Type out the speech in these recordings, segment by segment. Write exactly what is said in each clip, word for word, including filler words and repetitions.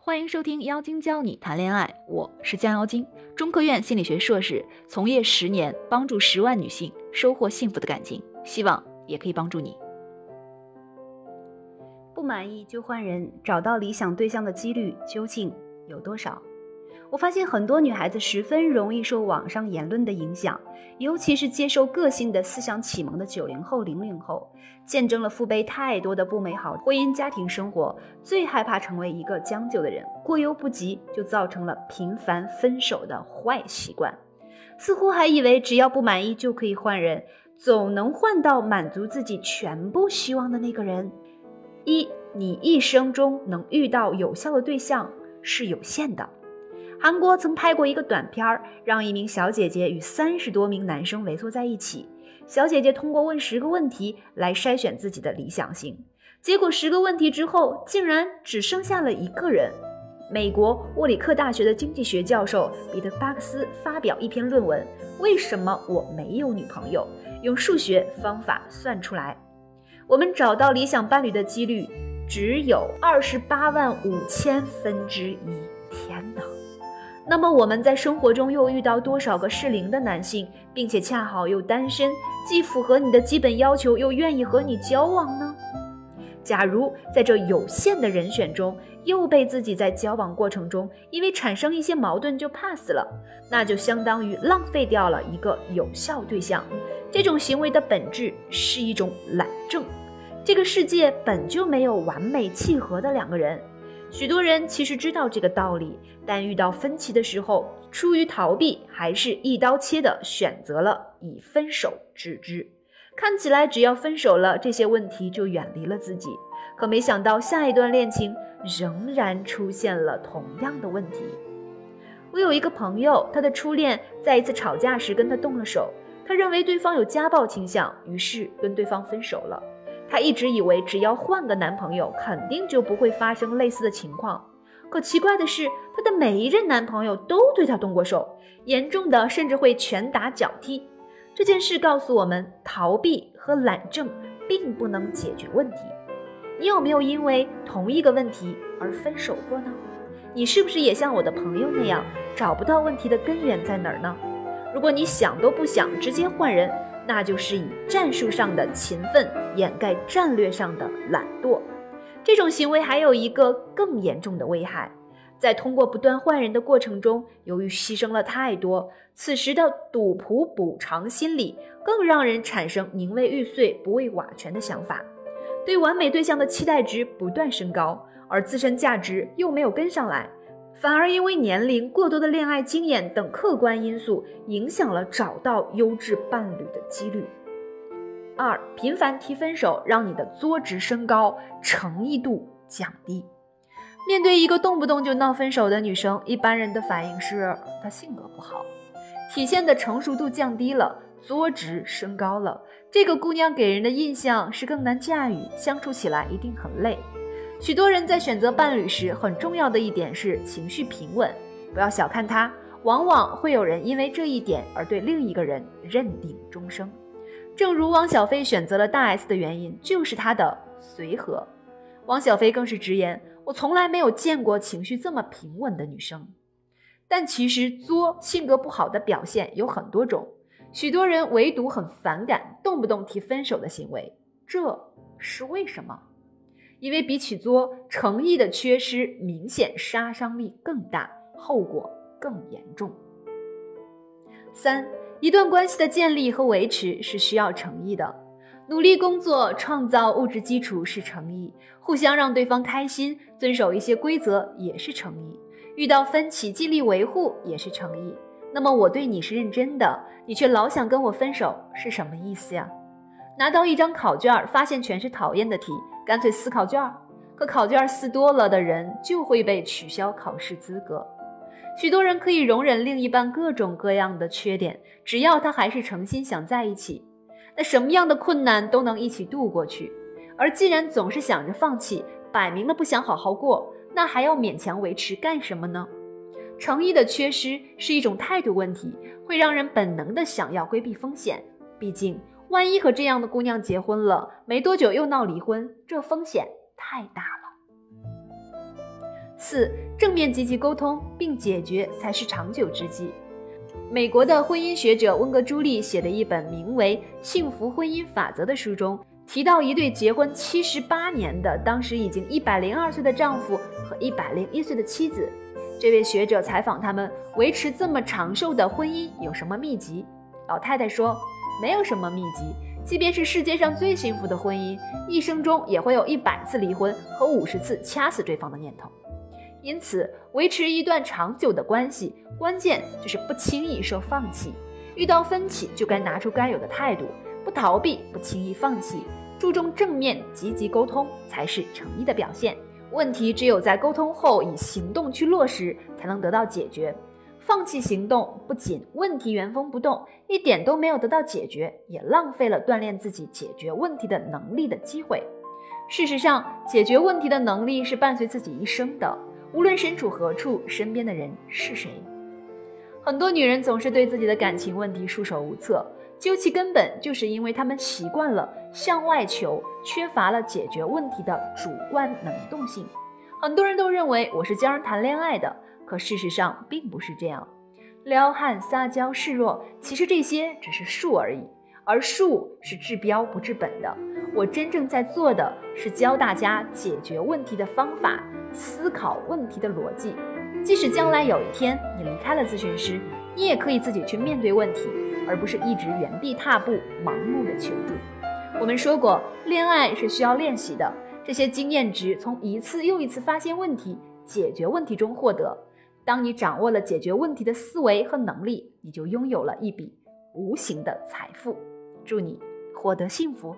欢迎收听妖精教你谈恋爱，我是江妖精，中科院心理学硕士，从业十年，帮助十万女性收获幸福的感情，希望也可以帮助你。 不满意就换人，找到理想对象的几率究竟有多少？我发现很多女孩子十分容易受网上言论的影响，尤其是接受个性的思想启蒙的九零后、零零后，见证了父辈太多的不美好婚姻家庭生活，最害怕成为一个将就的人，过犹不及，就造成了频繁分手的坏习惯。似乎还以为只要不满意就可以换人，总能换到满足自己全部希望的那个人。一，你一生中能遇到有效的对象是有限的。韩国曾拍过一个短片，让一名小姐姐与三十多名男生围坐在一起，小姐姐通过问十个问题来筛选自己的理想型，结果十个问题之后竟然只剩下了一个人。美国沃里克大学的经济学教授彼得巴克斯发表一篇论文，为什么我没有女朋友，用数学方法算出来，我们找到理想伴侣的几率只有二十八万五千分之一。天哪！那么我们在生活中又遇到多少个适龄的男性，并且恰好又单身，既符合你的基本要求，又愿意和你交往呢？假如在这有限的人选中，又被自己在交往过程中因为产生一些矛盾就 pass 了，那就相当于浪费掉了一个有效对象。这种行为的本质是一种懒政。这个世界本就没有完美契合的两个人，许多人其实知道这个道理，但遇到分歧的时候，出于逃避，还是一刀切的选择了以分手止之。看起来只要分手了，这些问题就远离了自己，可没想到下一段恋情仍然出现了同样的问题。我有一个朋友，他的初恋在一次吵架时跟他动了手，他认为对方有家暴倾向，于是跟对方分手了。他一直以为只要换个男朋友，肯定就不会发生类似的情况。可奇怪的是，他的每一任男朋友都对他动过手，严重的甚至会拳打脚踢。这件事告诉我们，逃避和懒政并不能解决问题。你有没有因为同一个问题而分手过呢？你是不是也像我的朋友那样，找不到问题的根源在哪儿呢？如果你想都不想直接换人，那就是以战术上的勤奋掩盖战略上的懒惰。这种行为还有一个更严重的危害，在通过不断换人的过程中，由于牺牲了太多，此时的赌仆补偿心理更让人产生宁为玉碎不为瓦全的想法，对完美对象的期待值不断升高，而自身价值又没有跟上来，反而因为年龄、过多的恋爱经验等客观因素，影响了找到优质伴侣的几率。二，频繁提分手让你的作值升高，诚意度降低。面对一个动不动就闹分手的女生，一般人的反应是她性格不好，体现的成熟度降低了，作值升高了。这个姑娘给人的印象是更难驾驭，相处起来一定很累。许多人在选择伴侣时，很重要的一点是情绪平稳，不要小看它，往往会有人因为这一点而对另一个人认定终生。正如汪小菲选择了大 S 的原因，就是她的随和。汪小菲更是直言，我从来没有见过情绪这么平稳的女生。但其实作性格不好的表现有很多种，许多人唯独很反感动不动提分手的行为，这是为什么？因为比起作，诚意的缺失明显杀伤力更大，后果更严重。三，一段关系的建立和维持是需要诚意的，努力工作创造物质基础是诚意，互相让对方开心，遵守一些规则也是诚意，遇到分歧尽力维护也是诚意。那么我对你是认真的，你却老想跟我分手，是什么意思呀？拿到一张考卷，发现全是讨厌的题，干脆撕考卷，可考卷撕多了的人就会被取消考试资格。许多人可以容忍另一半各种各样的缺点，只要他还是诚心想在一起，那什么样的困难都能一起度过去。而既然总是想着放弃，摆明了不想好好过，那还要勉强维持干什么呢？诚意的缺失是一种态度问题，会让人本能的想要规避风险。毕竟万一和这样的姑娘结婚了，没多久又闹离婚，这风险太大了。 四、正面积极沟通并解决才是长久之计。美国的婚姻学者温格朱莉写的一本名为《幸福婚姻法则》的书中，提到一对结婚七十八年的，当时已经一百零二岁的丈夫和一百零一岁的妻子。这位学者采访他们，维持这么长寿的婚姻有什么秘籍？老太太说，没有什么秘籍，即便是世界上最幸福的婚姻，一生中也会有一百次离婚和五十次掐死对方的念头。因此，维持一段长久的关系，关键就是不轻易受放弃。遇到分歧就该拿出该有的态度，不逃避，不轻易放弃，注重正面积极沟通才是诚意的表现。问题只有在沟通后以行动去落实，才能得到解决。放弃行动，不仅问题原封不动，一点都没有得到解决，也浪费了锻炼自己解决问题的能力的机会。事实上，解决问题的能力是伴随自己一生的，无论身处何处，身边的人是谁。很多女人总是对自己的感情问题束手无策，究其根本，就是因为她们习惯了向外求，缺乏了解决问题的主观能动性。很多人都认为我是教人谈恋爱的，可事实上并不是这样。撩汉、撒娇、示弱，其实这些只是术而已，而术是治标不治本的。我真正在做的是教大家解决问题的方法，思考问题的逻辑。即使将来有一天你离开了咨询师，你也可以自己去面对问题，而不是一直原地踏步，盲目的求助。我们说过，恋爱是需要练习的，这些经验值从一次又一次发现问题、解决问题中获得。当你掌握了解决问题的思维和能力，你就拥有了一笔无形的财富。祝你获得幸福。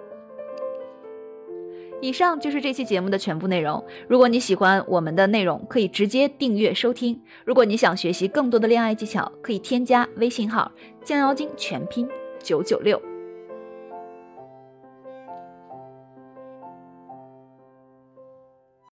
以上就是这期节目的全部内容。如果你喜欢我们的内容，可以直接订阅收听。如果你想学习更多的恋爱技巧，可以添加微信号降妖精全拼九九六。